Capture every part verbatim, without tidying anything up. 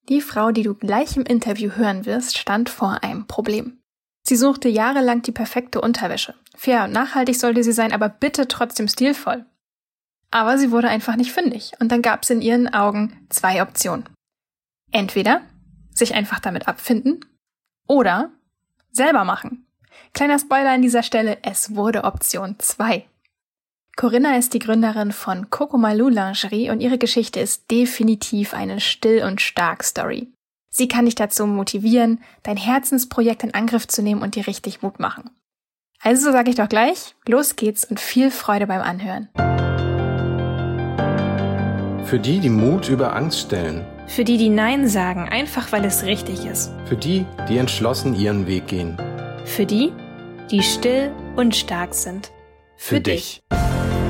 Die Frau, die du gleich im Interview hören wirst, stand vor einem Problem. Sie suchte jahrelang die perfekte Unterwäsche. Fair und nachhaltig sollte sie sein, aber bitte trotzdem stilvoll. Aber sie wurde einfach nicht fündig und dann gab es in ihren Augen zwei Optionen. Entweder sich einfach damit abfinden oder selber machen. Kleiner Spoiler an dieser Stelle, es wurde Option zwei. Corinna ist die Gründerin von Coco Malou Lingerie und ihre Geschichte ist definitiv eine Still- und Stark-Story. Sie kann dich dazu motivieren, dein Herzensprojekt in Angriff zu nehmen und dir richtig Mut machen. Also sage ich doch gleich, los geht's und viel Freude beim Anhören. Für die, die Mut über Angst stellen. Für die, die Nein sagen, einfach weil es richtig ist. Für die, die entschlossen ihren Weg gehen. Für die, die still und stark sind. Für, Für dich. dich.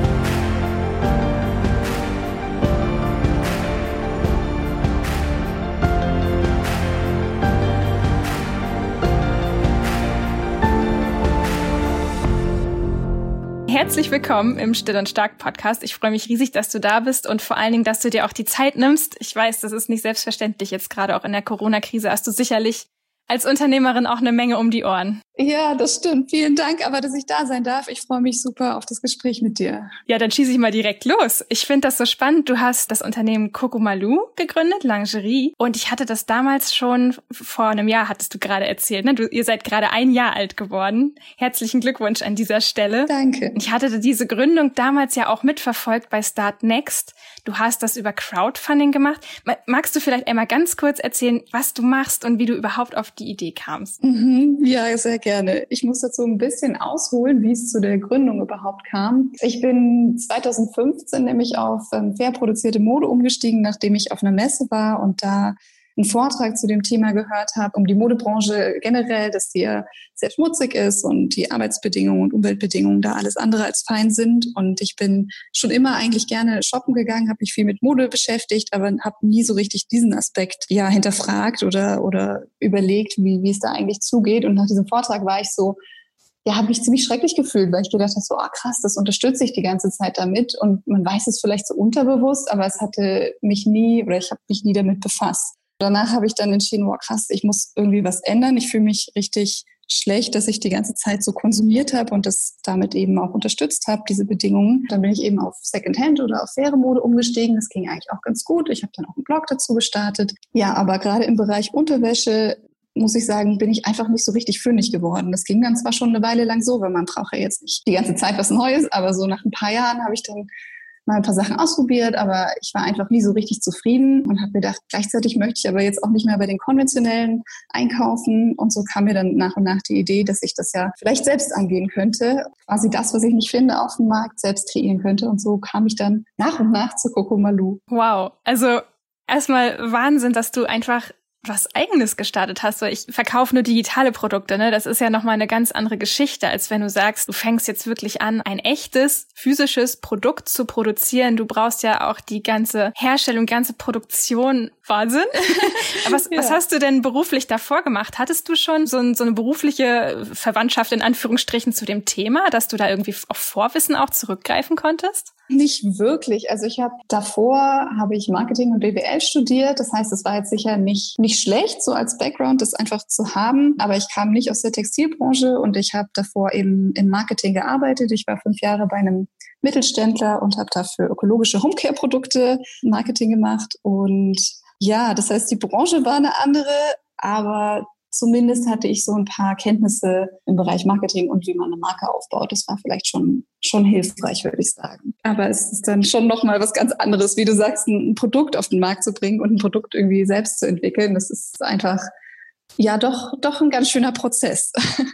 Herzlich willkommen im Still und Stark Podcast. Ich freue mich riesig, dass du da bist und vor allen Dingen, dass du dir auch die Zeit nimmst. Ich weiß, das ist nicht selbstverständlich. Jetzt gerade auch in der Corona-Krise hast du sicherlich als Unternehmerin auch eine Menge um die Ohren. Ja, das stimmt. Vielen Dank, aber dass ich da sein darf. Ich freue mich super auf das Gespräch mit dir. Ja, dann schieße ich mal direkt los. Ich finde das so spannend. Du hast das Unternehmen Coco Malou gegründet, Lingerie. Und ich hatte das damals schon, vor einem Jahr hattest du gerade erzählt, ne? Du, ihr seid gerade ein Jahr alt geworden. Herzlichen Glückwunsch an dieser Stelle. Danke. Ich hatte diese Gründung damals ja auch mitverfolgt bei Start Next. Du hast das über Crowdfunding gemacht. Magst du vielleicht einmal ganz kurz erzählen, was du machst und wie du überhaupt auf die Idee kamst? Mhm, ja, sehr gerne. Ich muss dazu ein bisschen ausholen, wie es zu der Gründung überhaupt kam. Ich bin zwanzig fünfzehn nämlich auf ähm, fair produzierte Mode umgestiegen, nachdem ich auf einer Messe war und da einen Vortrag zu dem Thema gehört habe, um die Modebranche generell, dass die ja sehr schmutzig ist und die Arbeitsbedingungen und Umweltbedingungen da alles andere als fein sind. Und ich bin schon immer eigentlich gerne shoppen gegangen, habe mich viel mit Mode beschäftigt, aber habe nie so richtig diesen Aspekt ja hinterfragt oder oder überlegt, wie wie es da eigentlich zugeht. Und nach diesem Vortrag war ich so, ja, habe mich ziemlich schrecklich gefühlt, weil ich gedacht habe, so, ah, krass, das unterstütze ich die ganze Zeit damit. Und man weiß es vielleicht so unterbewusst, aber es hatte mich nie, oder ich habe mich nie damit befasst. Danach habe ich dann entschieden, wow, krass, ich muss irgendwie was ändern. Ich fühle mich richtig schlecht, dass ich die ganze Zeit so konsumiert habe und das damit eben auch unterstützt habe, diese Bedingungen. Dann bin ich eben auf Secondhand oder auf faire Mode umgestiegen. Das ging eigentlich auch ganz gut. Ich habe dann auch einen Blog dazu gestartet. Ja, aber gerade im Bereich Unterwäsche, muss ich sagen, bin ich einfach nicht so richtig fündig geworden. Das ging dann zwar schon eine Weile lang so, weil man braucht ja jetzt nicht die ganze Zeit was Neues, aber so nach ein paar Jahren habe ich dann mal ein paar Sachen ausprobiert, aber ich war einfach nie so richtig zufrieden und habe mir gedacht, gleichzeitig möchte ich aber jetzt auch nicht mehr bei den konventionellen einkaufen. Und so kam mir dann nach und nach die Idee, dass ich das ja vielleicht selbst angehen könnte, quasi das, was ich nicht finde, auf dem Markt selbst kreieren könnte. Und so kam ich dann nach und nach zu Coco Malou. Wow, also erstmal Wahnsinn, dass du einfach was Eigenes gestartet hast, weil ich verkaufe nur digitale Produkte, ne? Das ist ja nochmal eine ganz andere Geschichte, als wenn du sagst, du fängst jetzt wirklich an, ein echtes, physisches Produkt zu produzieren. Du brauchst ja auch die ganze Herstellung, ganze Produktion. Wahnsinn. was, ja. was hast du denn beruflich davor gemacht? Hattest du schon so, ein, so eine berufliche Verwandtschaft in Anführungsstrichen zu dem Thema, dass du da irgendwie auf Vorwissen auch zurückgreifen konntest? Nicht wirklich. Also ich habe davor habe ich Marketing und B W L studiert. Das heißt, es war jetzt sicher nicht nicht schlecht, so als Background das einfach zu haben. Aber ich kam nicht aus der Textilbranche und ich habe davor eben im Marketing gearbeitet. Ich war fünf Jahre bei einem Mittelständler und habe dafür ökologische Homecare-Produkte Marketing gemacht. Und ja, das heißt, die Branche war eine andere, aber zumindest hatte ich so ein paar Kenntnisse im Bereich Marketing und wie man eine Marke aufbaut. Das war vielleicht schon schon hilfreich, würde ich sagen. Aber es ist dann schon nochmal was ganz anderes, wie du sagst, ein Produkt auf den Markt zu bringen und ein Produkt irgendwie selbst zu entwickeln. Das ist einfach, ja, doch doch ein ganz schöner Prozess.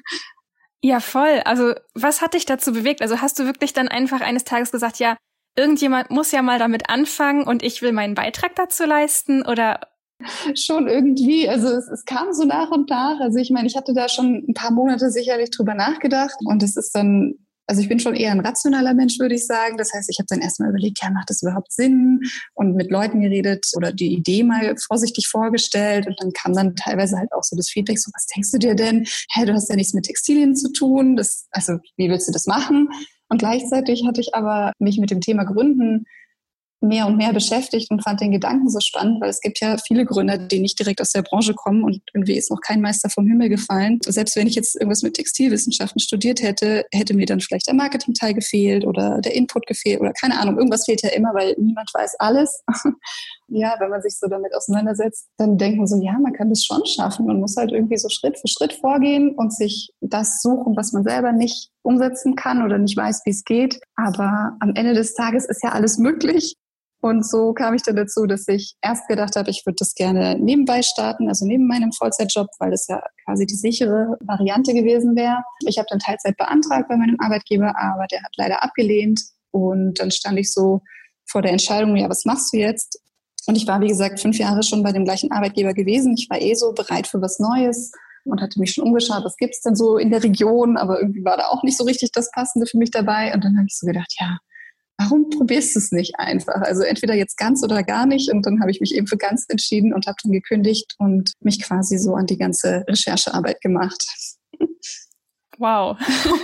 Ja, voll. Also was hat dich dazu bewegt? Also hast du wirklich dann einfach eines Tages gesagt, ja, irgendjemand muss ja mal damit anfangen und ich will meinen Beitrag dazu leisten, oder? Schon irgendwie, also es, es kam so nach und nach. Also ich meine, ich hatte da schon ein paar Monate sicherlich drüber nachgedacht und es ist dann, also ich bin schon eher ein rationaler Mensch, würde ich sagen. Das heißt, ich habe dann erstmal überlegt, ja, macht das überhaupt Sinn? Und mit Leuten geredet oder die Idee mal vorsichtig vorgestellt und dann kam dann teilweise halt auch so das Feedback, so, was denkst du dir denn? Hä, du hast ja nichts mit Textilien zu tun, das, also wie willst du das machen? Und gleichzeitig hatte ich aber mich mit dem Thema Gründen mehr und mehr beschäftigt und fand den Gedanken so spannend, weil es gibt ja viele Gründer, die nicht direkt aus der Branche kommen und irgendwie ist noch kein Meister vom Himmel gefallen. Selbst wenn ich jetzt irgendwas mit Textilwissenschaften studiert hätte, hätte mir dann vielleicht der Marketingteil gefehlt oder der Input gefehlt oder keine Ahnung, irgendwas fehlt ja immer, weil niemand weiß alles. Ja, wenn man sich so damit auseinandersetzt, dann denkt man so, ja, man kann das schon schaffen. Man muss halt irgendwie so Schritt für Schritt vorgehen und sich das suchen, was man selber nicht umsetzen kann oder nicht weiß, wie es geht. Aber am Ende des Tages ist ja alles möglich. Und so kam ich dann dazu, dass ich erst gedacht habe, ich würde das gerne nebenbei starten, also neben meinem Vollzeitjob, weil das ja quasi die sichere Variante gewesen wäre. Ich habe dann Teilzeit beantragt bei meinem Arbeitgeber, aber der hat leider abgelehnt. Und dann stand ich so vor der Entscheidung, ja, was machst du jetzt? Und ich war, wie gesagt, fünf Jahre schon bei dem gleichen Arbeitgeber gewesen. Ich war eh so bereit für was Neues und hatte mich schon umgeschaut, was gibt's denn so in der Region? Aber irgendwie war da auch nicht so richtig das Passende für mich dabei. Und dann habe ich so gedacht, ja, warum probierst du es nicht einfach? Also entweder jetzt ganz oder gar nicht. Und dann habe ich mich eben für ganz entschieden und habe dann gekündigt und mich quasi so an die ganze Recherchearbeit gemacht. Wow.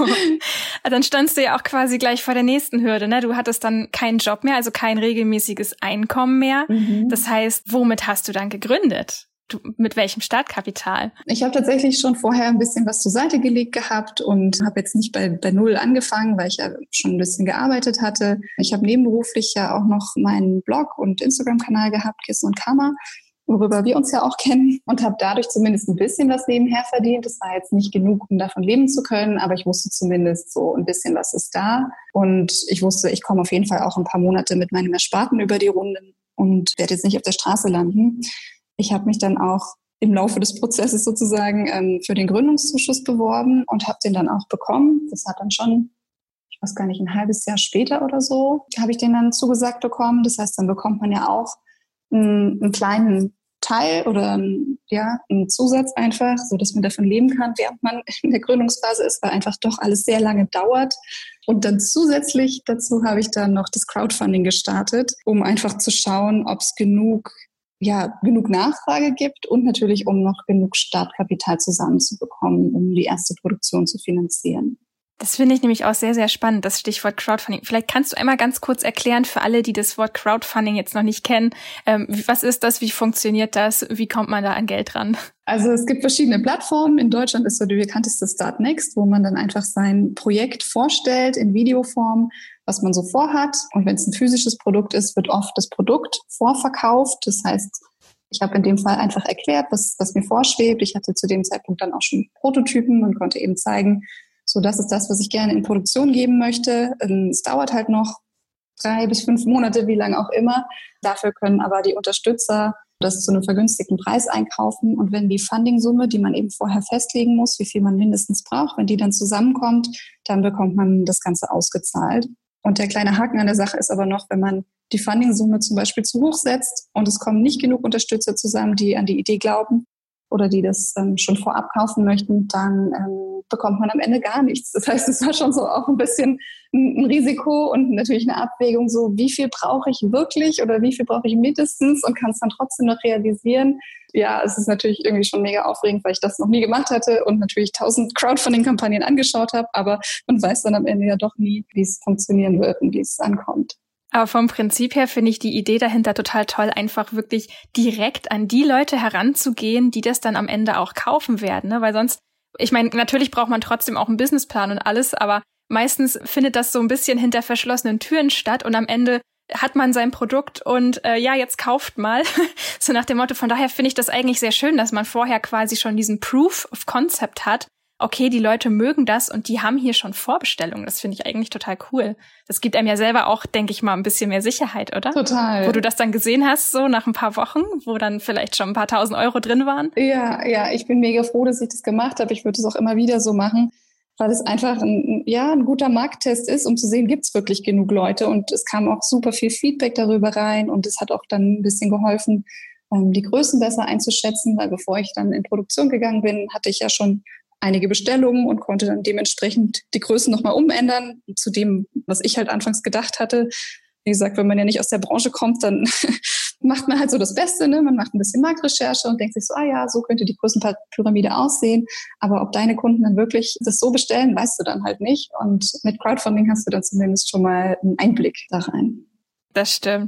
Dann standst du ja auch quasi gleich vor der nächsten Hürde, ne? Du hattest dann keinen Job mehr, also kein regelmäßiges Einkommen mehr. Mhm. Das heißt, womit hast du dann gegründet? Du, mit welchem Startkapital? Ich habe tatsächlich schon vorher ein bisschen was zur Seite gelegt gehabt und habe jetzt nicht bei, bei Null angefangen, weil ich ja schon ein bisschen gearbeitet hatte. Ich habe nebenberuflich ja auch noch meinen Blog und Instagram-Kanal gehabt, Kissen und Karma, worüber wir uns ja auch kennen, und habe dadurch zumindest ein bisschen was nebenher verdient. Das war jetzt nicht genug, um davon leben zu können, aber ich wusste zumindest so ein bisschen, was ist da. Und ich wusste, ich komme auf jeden Fall auch ein paar Monate mit meinem Ersparten über die Runden und werde jetzt nicht auf der Straße landen. Ich habe mich dann auch im Laufe des Prozesses sozusagen ähm, für den Gründungszuschuss beworben und habe den dann auch bekommen. Das hat dann schon, ich weiß gar nicht, ein halbes Jahr später oder so, habe ich den dann zugesagt bekommen. Das heißt, dann bekommt man ja auch einen, einen kleinen Teil oder einen, ja, einen Zusatz einfach, so dass man davon leben kann, während man in der Gründungsphase ist, weil einfach doch alles sehr lange dauert. Und dann zusätzlich dazu habe ich dann noch das Crowdfunding gestartet, um einfach zu schauen, ob es genug ja, genug Nachfrage gibt und natürlich, um noch genug Startkapital zusammenzubekommen, um die erste Produktion zu finanzieren. Das finde ich nämlich auch sehr, sehr spannend, das Stichwort Crowdfunding. Vielleicht kannst du einmal ganz kurz erklären für alle, die das Wort Crowdfunding jetzt noch nicht kennen. Ähm, was ist das? Wie funktioniert das? Wie kommt man da an Geld ran? Also es gibt verschiedene Plattformen. In Deutschland ist so die bekannteste Startnext, wo man dann einfach sein Projekt vorstellt in Videoform, was man so vorhat. Und wenn es ein physisches Produkt ist, wird oft das Produkt vorverkauft. Das heißt, ich habe in dem Fall einfach erklärt, was, was mir vorschwebt. Ich hatte zu dem Zeitpunkt dann auch schon Prototypen und konnte eben zeigen, so das ist das, was ich gerne in Produktion geben möchte. Es dauert halt noch drei bis fünf Monate, wie lange auch immer. Dafür können aber die Unterstützer das zu einem vergünstigten Preis einkaufen. Und wenn die Funding-Summe, die man eben vorher festlegen muss, wie viel man mindestens braucht, wenn die dann zusammenkommt, dann bekommt man das Ganze ausgezahlt. Und der kleine Haken an der Sache ist aber noch, wenn man die Funding-Summe zum Beispiel zu hoch setzt und es kommen nicht genug Unterstützer zusammen, die an die Idee glauben oder die das ähm, schon vorab kaufen möchten, dann ähm, bekommt man am Ende gar nichts. Das heißt, es war schon so auch ein bisschen ein, ein Risiko und natürlich eine Abwägung, so wie viel brauche ich wirklich oder wie viel brauche ich mindestens und kann es dann trotzdem noch realisieren. Ja, es ist natürlich irgendwie schon mega aufregend, weil ich das noch nie gemacht hatte und natürlich tausend Crowdfunding-Kampagnen angeschaut habe, aber man weiß dann am Ende ja doch nie, wie es funktionieren wird und wie es ankommt. Aber vom Prinzip her finde ich die Idee dahinter total toll, einfach wirklich direkt an die Leute heranzugehen, die das dann am Ende auch kaufen werden, ne? Weil sonst, ich meine, natürlich braucht man trotzdem auch einen Businessplan und alles, aber meistens findet das so ein bisschen hinter verschlossenen Türen statt und am Ende hat man sein Produkt und äh, ja, jetzt kauft mal. So nach dem Motto, von daher finde ich das eigentlich sehr schön, dass man vorher quasi schon diesen Proof of Concept hat. Okay, die Leute mögen das und die haben hier schon Vorbestellungen. Das finde ich eigentlich total cool. Das gibt einem ja selber auch, denke ich mal, ein bisschen mehr Sicherheit, oder? Total. Wo du das dann gesehen hast, so nach ein paar Wochen, wo dann vielleicht schon ein paar tausend Euro drin waren. Ja, ja, ich bin mega froh, dass ich das gemacht habe. Ich würde es auch immer wieder so machen, weil es einfach ein, ja, ein guter Markttest ist, um zu sehen, gibt es wirklich genug Leute. Und es kam auch super viel Feedback darüber rein und es hat auch dann ein bisschen geholfen, die Größen besser einzuschätzen, weil bevor ich dann in Produktion gegangen bin, hatte ich ja schon einige Bestellungen und konnte dann dementsprechend die Größen nochmal umändern zu dem, was ich halt anfangs gedacht hatte. Wie gesagt, wenn man ja nicht aus der Branche kommt, dann macht man halt so das Beste, ne? Man macht ein bisschen Marktrecherche und denkt sich so, ah ja, so könnte die Größenpyramide aussehen. Aber ob deine Kunden dann wirklich das so bestellen, weißt du dann halt nicht. Und mit Crowdfunding hast du dann zumindest schon mal einen Einblick da rein. Das stimmt.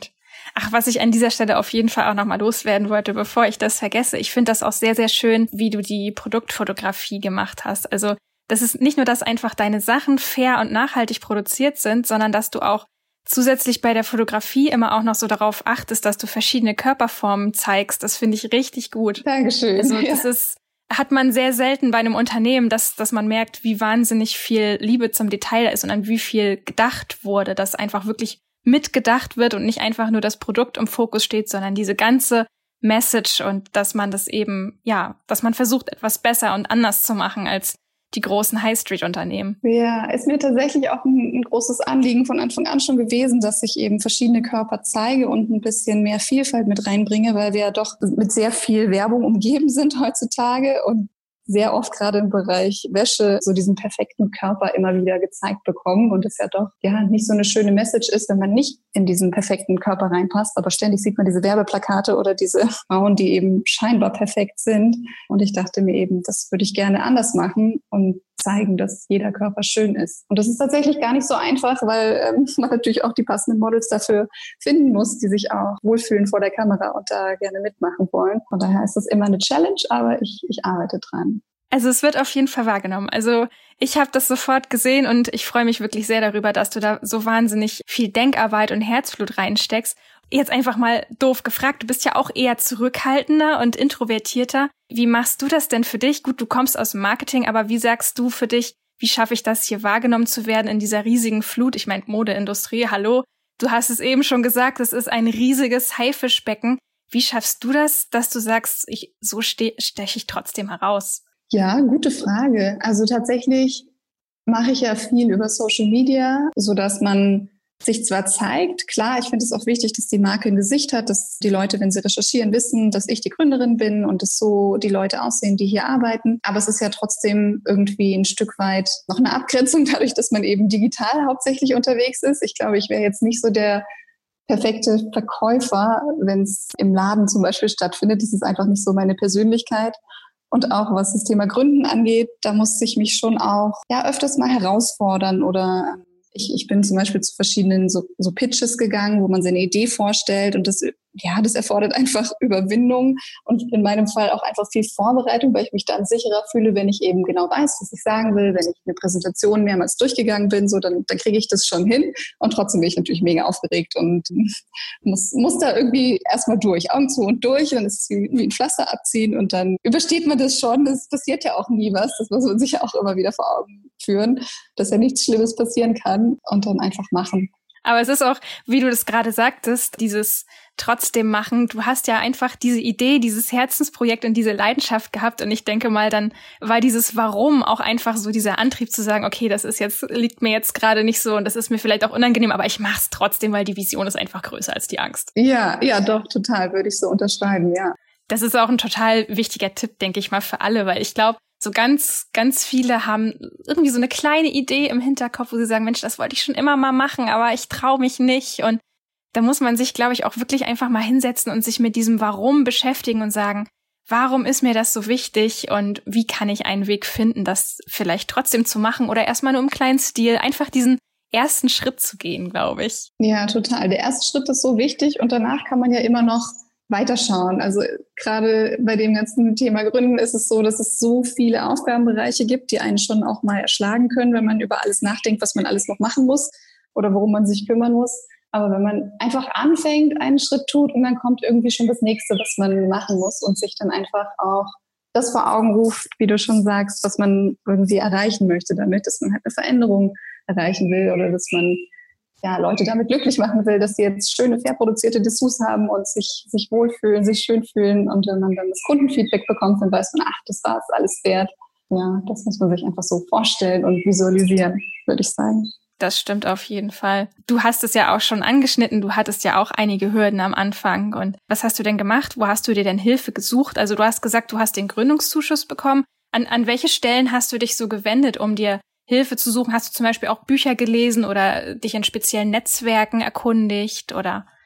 Ach, was ich an dieser Stelle auf jeden Fall auch nochmal loswerden wollte, bevor ich das vergesse. Ich finde das auch sehr, sehr schön, wie du die Produktfotografie gemacht hast. Also das ist nicht nur, dass einfach deine Sachen fair und nachhaltig produziert sind, sondern dass du auch zusätzlich bei der Fotografie immer auch noch so darauf achtest, dass du verschiedene Körperformen zeigst. Das finde ich richtig gut. Dankeschön. Also das ja. ist, hat man sehr selten bei einem Unternehmen, dass, dass man merkt, wie wahnsinnig viel Liebe zum Detail da ist und an wie viel gedacht wurde, dass einfach wirklich mitgedacht wird und nicht einfach nur das Produkt im Fokus steht, sondern diese ganze Message und dass man das eben, ja, dass man versucht, etwas besser und anders zu machen als die großen High-Street-Unternehmen. Ja, ist mir tatsächlich auch ein, ein großes Anliegen von Anfang an schon gewesen, dass ich eben verschiedene Körper zeige und ein bisschen mehr Vielfalt mit reinbringe, weil wir ja doch mit sehr viel Werbung umgeben sind heutzutage und sehr oft gerade im Bereich Wäsche so diesen perfekten Körper immer wieder gezeigt bekommen und es ja doch ja nicht so eine schöne Message ist, wenn man nicht in diesen perfekten Körper reinpasst, aber ständig sieht man diese Werbeplakate oder diese Frauen, die eben scheinbar perfekt sind und ich dachte mir eben, das würde ich gerne anders machen und zeigen, dass jeder Körper schön ist. Und das ist tatsächlich gar nicht so einfach, weil ähm, man natürlich auch die passenden Models dafür finden muss, die sich auch wohlfühlen vor der Kamera und da gerne mitmachen wollen. Von daher ist das immer eine Challenge, aber ich, ich arbeite dran. Also es wird auf jeden Fall wahrgenommen. Also ich habe das sofort gesehen und ich freue mich wirklich sehr darüber, dass du da so wahnsinnig viel Denkarbeit und Herzblut reinsteckst. Jetzt einfach mal doof gefragt, du bist ja auch eher zurückhaltender und introvertierter. Wie machst du das denn für dich? Gut, du kommst aus dem Marketing, aber wie sagst du für dich, wie schaffe ich das, hier wahrgenommen zu werden in dieser riesigen Flut? Ich meine, Modeindustrie, hallo, du hast es eben schon gesagt, es ist ein riesiges Haifischbecken. Wie schaffst du das, dass du sagst, ich, so ste- steche ich trotzdem heraus? Ja, gute Frage. Also tatsächlich mache ich ja viel über Social Media, sodass man sich zwar zeigt, klar, ich finde es auch wichtig, dass die Marke ein Gesicht hat, dass die Leute, wenn sie recherchieren, wissen, dass ich die Gründerin bin und dass so die Leute aussehen, die hier arbeiten. Aber es ist ja trotzdem irgendwie ein Stück weit noch eine Abgrenzung dadurch, dass man eben digital hauptsächlich unterwegs ist. Ich glaube, ich wäre jetzt nicht so der perfekte Verkäufer, wenn es im Laden zum Beispiel stattfindet. Das ist einfach nicht so meine Persönlichkeit. Und auch was das Thema Gründen angeht, da musste ich mich schon auch ja öfters mal herausfordern oder Ich, ich bin zum Beispiel zu verschiedenen so, so Pitches gegangen, wo man seine Idee vorstellt und das, ja, das erfordert einfach Überwindung und in meinem Fall auch einfach viel Vorbereitung, weil ich mich dann sicherer fühle, wenn ich eben genau weiß, was ich sagen will, wenn ich eine Präsentation mehrmals durchgegangen bin, so dann, dann kriege ich das schon hin und trotzdem bin ich natürlich mega aufgeregt und muss, muss da irgendwie erstmal durch, Augen zu und durch, dann ist es wie, wie ein Pflaster abziehen und dann übersteht man das schon, das passiert ja auch nie was, das muss man sich ja auch immer wieder vor Augen führen, dass ja nichts Schlimmes passieren kann und dann einfach machen. Aber es ist auch, wie du das gerade sagtest, dieses trotzdem machen. Du hast ja einfach diese Idee, dieses Herzensprojekt und diese Leidenschaft gehabt und ich denke mal, dann war dieses Warum auch einfach so dieser Antrieb zu sagen, okay, das ist jetzt, liegt mir jetzt gerade nicht so und das ist mir vielleicht auch unangenehm, aber ich mach's trotzdem, weil die Vision ist einfach größer als die Angst. Ja, ja, doch, total, würde ich so unterschreiben, ja. Das ist auch ein total wichtiger Tipp, denke ich mal, für alle, weil ich glaube, so ganz, ganz viele haben irgendwie so eine kleine Idee im Hinterkopf, wo sie sagen, Mensch, das wollte ich schon immer mal machen, aber ich traue mich nicht. Und da muss man sich, glaube ich, auch wirklich einfach mal hinsetzen und sich mit diesem Warum beschäftigen und sagen, warum ist mir das so wichtig und wie kann ich einen Weg finden, das vielleicht trotzdem zu machen oder erstmal nur im kleinen Stil, einfach diesen ersten Schritt zu gehen, glaube ich. Ja, total. Der erste Schritt ist so wichtig und danach kann man ja immer noch weiterschauen. Also gerade bei dem ganzen Thema Gründen ist es so, dass es so viele Aufgabenbereiche gibt, die einen schon auch mal erschlagen können, wenn man über alles nachdenkt, was man alles noch machen muss oder worum man sich kümmern muss. Aber wenn man einfach anfängt, einen Schritt tut und dann kommt irgendwie schon das Nächste, was man machen muss und sich dann einfach auch das vor Augen ruft, wie du schon sagst, was man irgendwie erreichen möchte damit, dass man halt eine Veränderung erreichen will oder dass man ja, Leute damit glücklich machen will, dass sie jetzt schöne, fair produzierte Dessous haben und sich, sich wohlfühlen, sich schön fühlen. Und wenn man dann das Kundenfeedback bekommt, dann weiß man, ach, das war es alles wert. Ja, das muss man sich einfach so vorstellen und visualisieren, würde ich sagen. Das stimmt auf jeden Fall. Du hast es ja auch schon angeschnitten. Du hattest ja auch einige Hürden am Anfang. Und was hast du denn gemacht? Wo hast du dir denn Hilfe gesucht? Also du hast gesagt, du hast den Gründungszuschuss bekommen. An, an welche Stellen hast du dich so gewendet, um dir Hilfe zu suchen? Hast du zum Beispiel auch Bücher gelesen oder dich in speziellen Netzwerken erkundigt oder?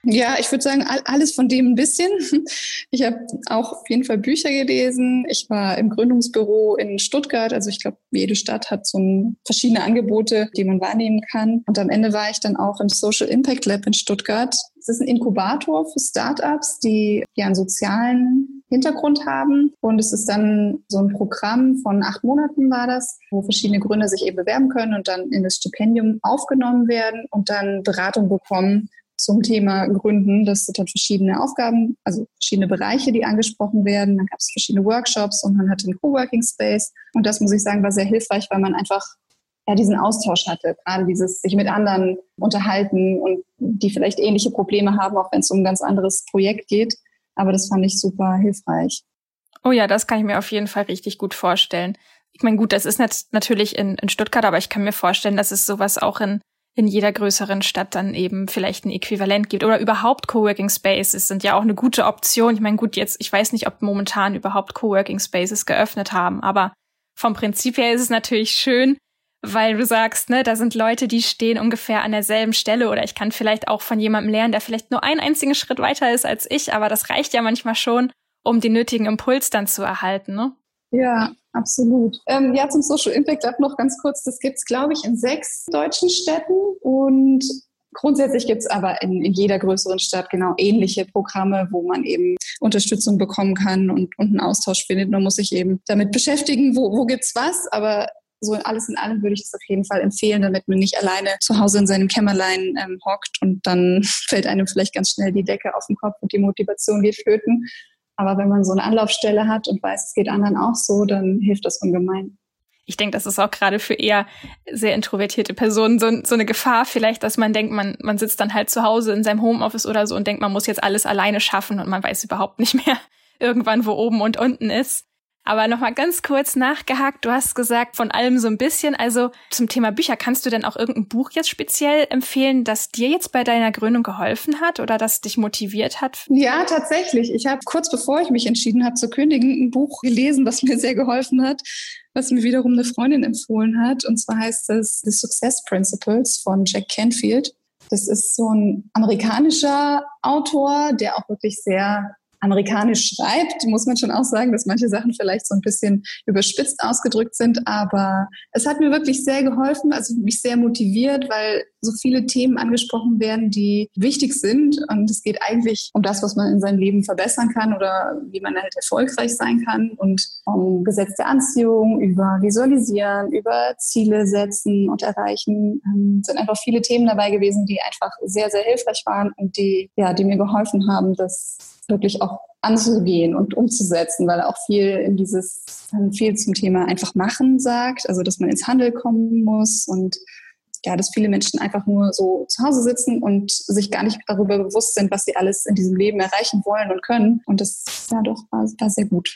Ja, ich würde sagen, alles von dem ein bisschen. Ich habe auch auf jeden Fall Bücher gelesen. Ich war im Gründungsbüro in Stuttgart. Also ich glaube, jede Stadt hat so ein, verschiedene Angebote, die man wahrnehmen kann. Und am Ende war ich dann auch im Social Impact Lab in Stuttgart. Es ist ein Inkubator für Startups, die ja einen sozialen Hintergrund haben. Und es ist dann so ein Programm von acht Monaten war das, wo verschiedene Gründer sich eben bewerben können und dann in das Stipendium aufgenommen werden und dann Beratung bekommen zum Thema Gründen. Das sind dann verschiedene Aufgaben, also verschiedene Bereiche, die angesprochen werden. Dann gab es verschiedene Workshops und man hatte einen Coworking Space. Und das, muss ich sagen, war sehr hilfreich, weil man einfach ja diesen Austausch hatte. Gerade dieses sich mit anderen unterhalten und die vielleicht ähnliche Probleme haben, auch wenn es um ein ganz anderes Projekt geht. Aber das fand ich super hilfreich. Oh ja, das kann ich mir auf jeden Fall richtig gut vorstellen. Ich meine, gut, das ist nat- natürlich in, in Stuttgart, aber ich kann mir vorstellen, dass es sowas auch in in jeder größeren Stadt dann eben vielleicht ein Äquivalent gibt. Oder überhaupt Coworking Spaces sind ja auch eine gute Option. Ich meine, gut, jetzt, ich weiß nicht, ob momentan überhaupt Coworking Spaces geöffnet haben, aber vom Prinzip her ist es natürlich schön, weil du sagst, ne, da sind Leute, die stehen ungefähr an derselben Stelle oder ich kann vielleicht auch von jemandem lernen, der vielleicht nur einen einzigen Schritt weiter ist als ich, aber das reicht ja manchmal schon, um den nötigen Impuls dann zu erhalten, ne? Ja, absolut. Ähm, ja, zum Social Impact Lab noch ganz kurz. Das gibt's, glaube ich, in sechs deutschen Städten und grundsätzlich gibt's aber in, in jeder größeren Stadt genau ähnliche Programme, wo man eben Unterstützung bekommen kann und, und einen Austausch findet. Man muss sich eben damit beschäftigen, wo, wo gibt's was, aber so alles in allem würde ich das auf jeden Fall empfehlen, damit man nicht alleine zu Hause in seinem Kämmerlein ähm, hockt und dann fällt einem vielleicht ganz schnell die Decke auf den Kopf und die Motivation geht flöten. Aber wenn man so eine Anlaufstelle hat und weiß, es geht anderen auch so, dann hilft das ungemein. Ich denke, das ist auch gerade für eher sehr introvertierte Personen so, so eine Gefahr vielleicht, dass man denkt, man, man sitzt dann halt zu Hause in seinem Homeoffice oder so und denkt, man muss jetzt alles alleine schaffen und man weiß überhaupt nicht mehr irgendwann, wo oben und unten ist. Aber nochmal ganz kurz nachgehakt, du hast gesagt, von allem so ein bisschen. Also zum Thema Bücher, kannst du denn auch irgendein Buch jetzt speziell empfehlen, das dir jetzt bei deiner Gründung geholfen hat oder das dich motiviert hat? Ja, tatsächlich. Ich habe kurz bevor ich mich entschieden habe zu kündigen, ein Buch gelesen, was mir sehr geholfen hat, was mir wiederum eine Freundin empfohlen hat. Und zwar heißt es The Success Principles von Jack Canfield. Das ist so ein amerikanischer Autor, der auch wirklich sehr amerikanisch schreibt, muss man schon auch sagen, dass manche Sachen vielleicht so ein bisschen überspitzt ausgedrückt sind, aber es hat mir wirklich sehr geholfen, also mich sehr motiviert, weil so viele Themen angesprochen werden, die wichtig sind und es geht eigentlich um das, was man in seinem Leben verbessern kann oder wie man halt erfolgreich sein kann und um Gesetz der Anziehung, über Visualisieren, über Ziele setzen und erreichen, ähm, sind einfach viele Themen dabei gewesen, die einfach sehr, sehr hilfreich waren und die, ja, die mir geholfen haben, das wirklich auch anzugehen und umzusetzen, weil er auch viel in dieses, viel zum Thema einfach machen sagt, also dass man ins Handeln kommen muss und ja, dass viele Menschen einfach nur so zu Hause sitzen und sich gar nicht darüber bewusst sind, was sie alles in diesem Leben erreichen wollen und können. Und das ja doch war, war sehr gut.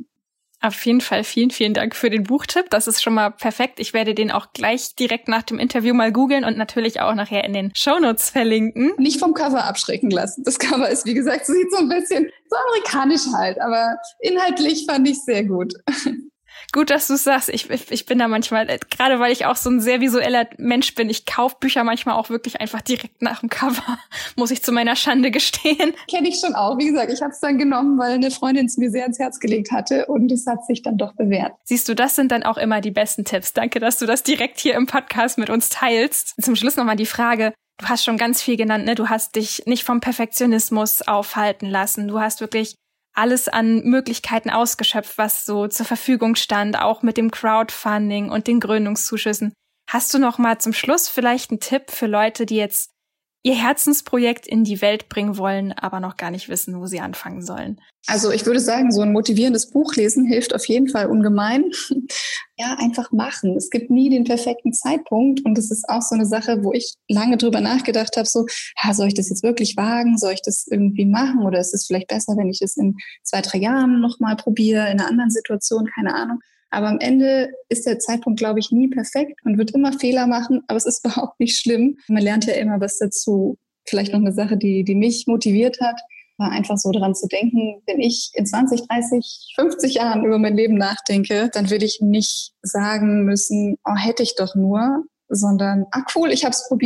Auf jeden Fall vielen, vielen Dank für den Buchtipp. Das ist schon mal perfekt. Ich werde den auch gleich direkt nach dem Interview mal googeln und natürlich auch nachher in den Shownotes verlinken. Nicht vom Cover abschrecken lassen. Das Cover ist, wie gesagt, sieht so ein bisschen so amerikanisch halt, aber inhaltlich fand ich sehr gut. Gut, dass du es sagst. Ich, ich bin da manchmal, gerade weil ich auch so ein sehr visueller Mensch bin, ich kaufe Bücher manchmal auch wirklich einfach direkt nach dem Cover, muss ich zu meiner Schande gestehen. Kenne ich schon auch. Wie gesagt, ich habe es dann genommen, weil eine Freundin es mir sehr ans Herz gelegt hatte und es hat sich dann doch bewährt. Siehst du, das sind dann auch immer die besten Tipps. Danke, dass du das direkt hier im Podcast mit uns teilst. Zum Schluss nochmal die Frage, du hast schon ganz viel genannt, ne? Du hast dich nicht vom Perfektionismus aufhalten lassen. Du hast wirklich alles an Möglichkeiten ausgeschöpft, was so zur Verfügung stand, auch mit dem Crowdfunding und den Gründungszuschüssen. Hast du noch mal zum Schluss vielleicht einen Tipp für Leute, die jetzt ihr Herzensprojekt in die Welt bringen wollen, aber noch gar nicht wissen, wo sie anfangen sollen? Also ich würde sagen, so ein motivierendes Buch lesen hilft auf jeden Fall ungemein. Ja, einfach machen. Es gibt nie den perfekten Zeitpunkt und das ist auch so eine Sache, wo ich lange drüber nachgedacht habe, so, ha, soll ich das jetzt wirklich wagen? Soll ich das irgendwie machen? Oder ist es vielleicht besser, wenn ich das in zwei, drei Jahren nochmal probiere, in einer anderen Situation? Keine Ahnung. Aber am Ende ist der Zeitpunkt, glaube ich, nie perfekt. Man wird immer Fehler machen, aber es ist überhaupt nicht schlimm. Man lernt ja immer was dazu. Vielleicht noch eine Sache, die, die mich motiviert hat, war einfach so daran zu denken, wenn ich in zwanzig, dreißig, fünfzig Jahren über mein Leben nachdenke, dann will ich nicht sagen müssen, oh, hätte ich doch nur, sondern, ah cool, ich habe es probiert.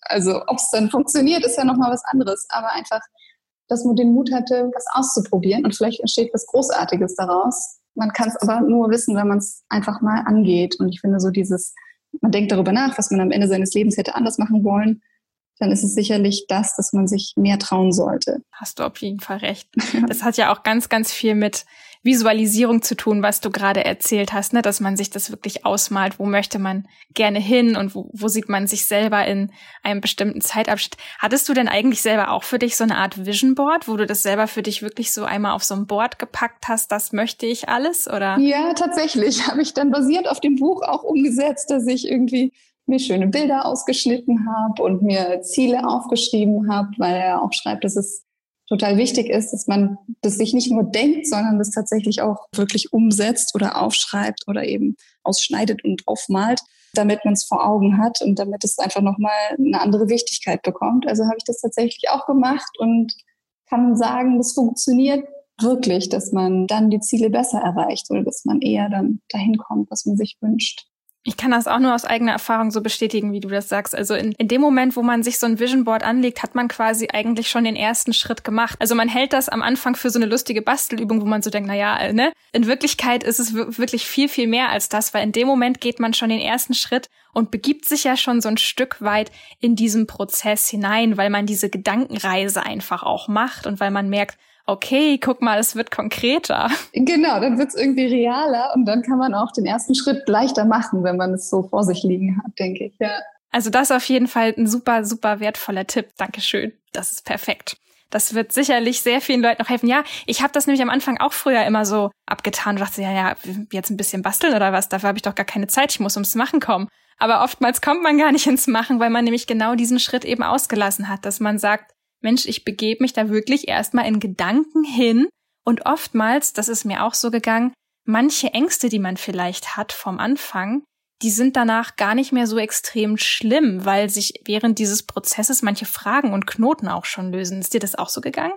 Also ob es dann funktioniert, ist ja nochmal was anderes. Aber einfach, dass man den Mut hatte, was auszuprobieren und vielleicht entsteht was Großartiges daraus. Man kann es aber nur wissen, wenn man es einfach mal angeht. Und ich finde so dieses, man denkt darüber nach, was man am Ende seines Lebens hätte anders machen wollen, dann ist es sicherlich das, dass man sich mehr trauen sollte. Hast du auf jeden Fall recht. Das hat ja auch ganz, ganz viel mit Visualisierung zu tun, was du gerade erzählt hast, ne? Dass man sich das wirklich ausmalt, wo möchte man gerne hin und wo, wo sieht man sich selber in einem bestimmten Zeitabschnitt. Hattest du denn eigentlich selber auch für dich so eine Art Vision Board, wo du das selber für dich wirklich so einmal auf so ein Board gepackt hast, das möchte ich alles, oder? Ja, tatsächlich habe ich dann basiert auf dem Buch auch umgesetzt, dass ich irgendwie mir schöne Bilder ausgeschnitten habe und mir Ziele aufgeschrieben habe, weil er auch schreibt, dass es total wichtig ist, dass man das sich nicht nur denkt, sondern das tatsächlich auch wirklich umsetzt oder aufschreibt oder eben ausschneidet und aufmalt, damit man es vor Augen hat und damit es einfach nochmal eine andere Wichtigkeit bekommt. Also habe ich das tatsächlich auch gemacht und kann sagen, das funktioniert wirklich, dass man dann die Ziele besser erreicht oder dass man eher dann dahin kommt, was man sich wünscht. Ich kann das auch nur aus eigener Erfahrung so bestätigen, wie du das sagst. Also in, in dem Moment, wo man sich so ein Vision Board anlegt, hat man quasi eigentlich schon den ersten Schritt gemacht. Also man hält das am Anfang für so eine lustige Bastelübung, wo man so denkt, na ja, ne? In Wirklichkeit ist es w- wirklich viel, viel mehr als das, weil in dem Moment geht man schon den ersten Schritt und begibt sich ja schon so ein Stück weit in diesen Prozess hinein, weil man diese Gedankenreise einfach auch macht und weil man merkt, okay, guck mal, es wird konkreter. Genau, dann wird es irgendwie realer und dann kann man auch den ersten Schritt leichter machen, wenn man es so vor sich liegen hat, denke ich, ja. Also das ist auf jeden Fall ein super, super wertvoller Tipp. Dankeschön. Das ist perfekt. Das wird sicherlich sehr vielen Leuten noch helfen. Ja, ich habe das nämlich am Anfang auch früher immer so abgetan und dachte, ja, ja, jetzt ein bisschen basteln oder was, dafür habe ich doch gar keine Zeit, ich muss ums Machen kommen. Aber oftmals kommt man gar nicht ins Machen, weil man nämlich genau diesen Schritt eben ausgelassen hat, dass man sagt, Mensch, ich begebe mich da wirklich erstmal in Gedanken hin und oftmals, das ist mir auch so gegangen, manche Ängste, die man vielleicht hat vom Anfang, die sind danach gar nicht mehr so extrem schlimm, weil sich während dieses Prozesses manche Fragen und Knoten auch schon lösen. Ist dir das auch so gegangen?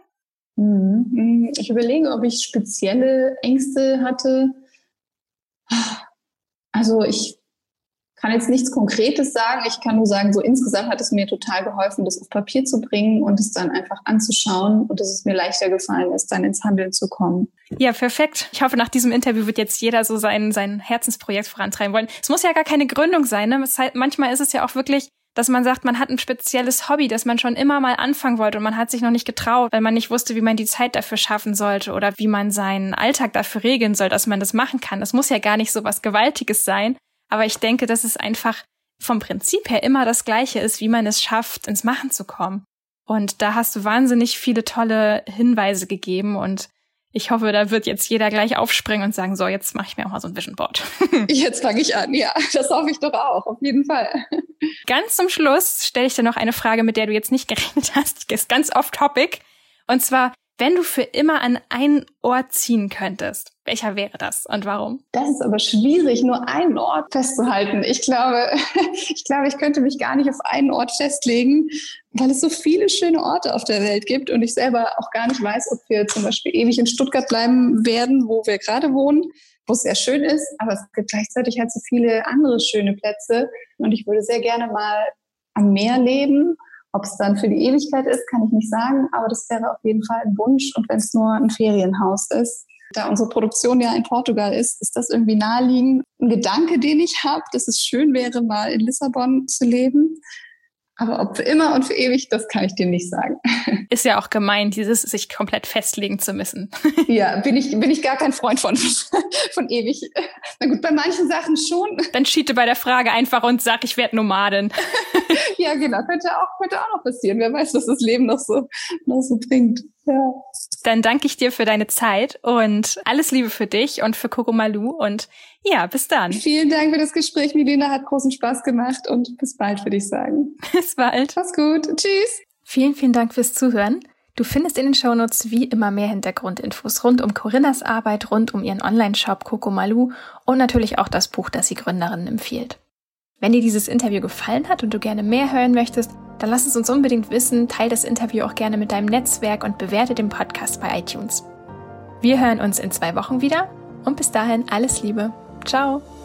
Ich überlege, ob ich spezielle Ängste hatte. Also ich kann jetzt nichts Konkretes sagen. Ich kann nur sagen, so insgesamt hat es mir total geholfen, das auf Papier zu bringen und es dann einfach anzuschauen und dass es mir leichter gefallen ist, dann ins Handeln zu kommen. Ja, perfekt. Ich hoffe, nach diesem Interview wird jetzt jeder so sein, sein Herzensprojekt vorantreiben wollen. Es muss ja gar keine Gründung sein, ne? Das heißt, manchmal ist es ja auch wirklich, dass man sagt, man hat ein spezielles Hobby, das man schon immer mal anfangen wollte und man hat sich noch nicht getraut, weil man nicht wusste, wie man die Zeit dafür schaffen sollte oder wie man seinen Alltag dafür regeln soll, dass man das machen kann. Das muss ja gar nicht so was Gewaltiges sein. Aber ich denke, dass es einfach vom Prinzip her immer das Gleiche ist, wie man es schafft, ins Machen zu kommen. Und da hast du wahnsinnig viele tolle Hinweise gegeben und ich hoffe, da wird jetzt jeder gleich aufspringen und sagen, so, jetzt mache ich mir auch mal so ein Vision Board. Jetzt fange ich an, ja, das hoffe ich doch auch, auf jeden Fall. Ganz zum Schluss stelle ich dir noch eine Frage, mit der du jetzt nicht gerechnet hast. Die ist ganz off-topic. Und zwar, wenn du für immer an einen Ort ziehen könntest, welcher wäre das und warum? Das ist aber schwierig, nur einen Ort festzuhalten. Ich glaube, ich glaube, ich könnte mich gar nicht auf einen Ort festlegen, weil es so viele schöne Orte auf der Welt gibt und ich selber auch gar nicht weiß, ob wir zum Beispiel ewig in Stuttgart bleiben werden, wo wir gerade wohnen, wo es sehr schön ist. Aber es gibt gleichzeitig halt so viele andere schöne Plätze und ich würde sehr gerne mal am Meer leben. Ob es dann für die Ewigkeit ist, kann ich nicht sagen, aber das wäre auf jeden Fall ein Wunsch. Und wenn es nur ein Ferienhaus ist, da unsere Produktion ja in Portugal ist, ist das irgendwie naheliegend. Ein Gedanke, den ich habe, dass es schön wäre, mal in Lissabon zu leben. Aber ob für immer und für ewig, das kann ich dir nicht sagen. Ist ja auch gemein, dieses sich komplett festlegen zu müssen. Ja, bin ich, bin ich gar kein Freund von, von ewig. Na gut, bei manchen Sachen schon. Dann cheate bei der Frage einfach und sag, ich werde Nomadin. Ja, genau, könnte auch, könnte auch noch passieren. Wer weiß, was das Leben noch so, noch so bringt. Ja. Dann danke ich dir für deine Zeit und alles Liebe für dich und für Kokomalu und ja, bis dann. Vielen Dank für das Gespräch, Milena, hat großen Spaß gemacht und bis bald, würde ich sagen. Bis bald. Mach's gut. Tschüss. Vielen, vielen Dank fürs Zuhören. Du findest in den Shownotes wie immer mehr Hintergrundinfos rund um Corinnas Arbeit, rund um ihren Online-Shop Kokomalu und natürlich auch das Buch, das sie Gründerinnen empfiehlt. Wenn dir dieses Interview gefallen hat und du gerne mehr hören möchtest, dann lass es uns unbedingt wissen, teile das Interview auch gerne mit deinem Netzwerk und bewerte den Podcast bei iTunes. Wir hören uns in zwei Wochen wieder und bis dahin alles Liebe. Ciao!